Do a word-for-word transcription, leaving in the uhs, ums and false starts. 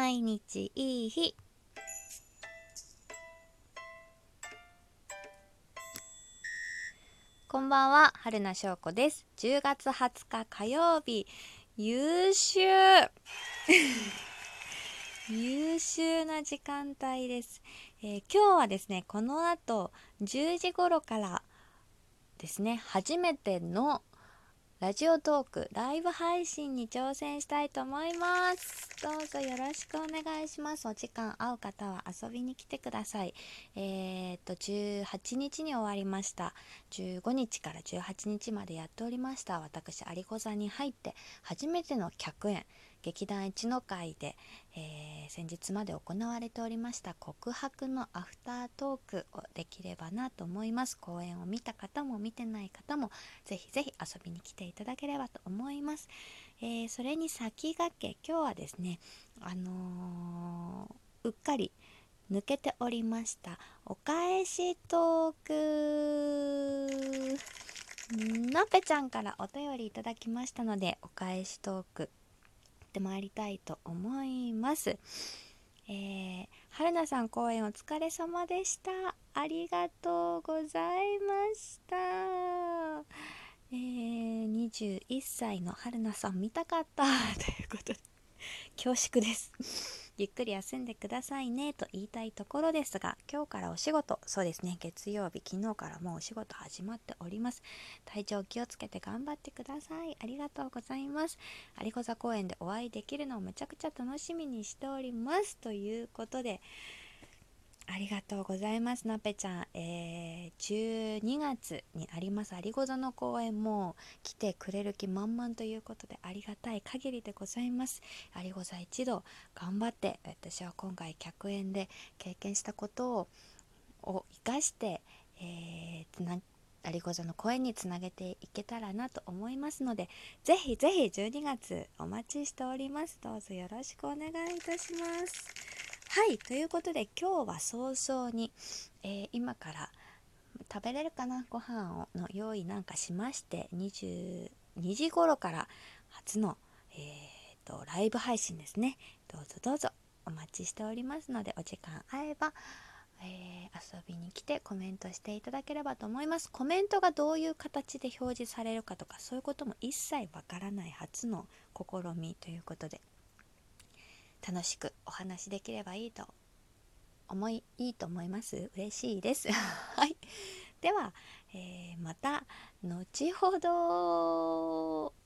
毎日いい日。こんばんは、春名翔子です。じゅうがつはつか火曜日、優秀優秀な時間帯です、えー今日はですね、この後じゅうじ頃からですね、初めてのラジオトークライブ配信に挑戦したいと思います。どうぞよろしくお願いします。お時間合う方は遊びに来てください。えー、っとじゅうはちにちに終わりました。じゅうごにちからじゅうはちにちまでやっておりました。私有子座に入って初めての客演、劇団一の会で、えー先日まで行われておりました告白のアフタートークをできればなと思います。公演を見た方も見てない方もぜひぜひ遊びに来ていただければと思います。えーそれに先駆け、今日はですね、あのーうっかり抜けておりましたお返しトーク、なっぺちゃんからお便りいただきましたので、お返しトークやってまいりたいと思います。えー、春菜さん公演お疲れ様でした。ありがとうございました。えー、にじゅういっさいの春菜さん見たかったということで恐縮ですゆっくり休んでくださいねと言いたいところですが、今日からお仕事、そうですね、月曜日、昨日からもうお仕事始まっております。体調気をつけて頑張ってください。ありがとうございます。有子座公園でお会いできるのをめちゃくちゃ楽しみにしておりますということで、ありがとうございます。なぺちゃん、えー、じゅうにがつにあります有子座の公演も来てくれる気満々ということで、ありがたい限りでございます。有子座一度頑張って、私は今回客演で経験したことをを生かして、えー、つな有子座の公演につなげていけたらなと思いますので、ぜひぜひじゅうにがつお待ちしております。どうぞよろしくお願いいたします。はい、ということで今日は早々に、えー今から食べれるかなご飯をの用意なんかしまして、にじゅうにじ頃から初の、えーとライブ配信ですね。どうぞどうぞお待ちしておりますので、お時間合えば、えー遊びに来てコメントしていただければと思います。コメントがどういう形で表示されるかとか、そういうことも一切わからない初の試みということで、楽しくお話できればいいと思いいいと思います。嬉しいですはい、では、えーまた後ほど。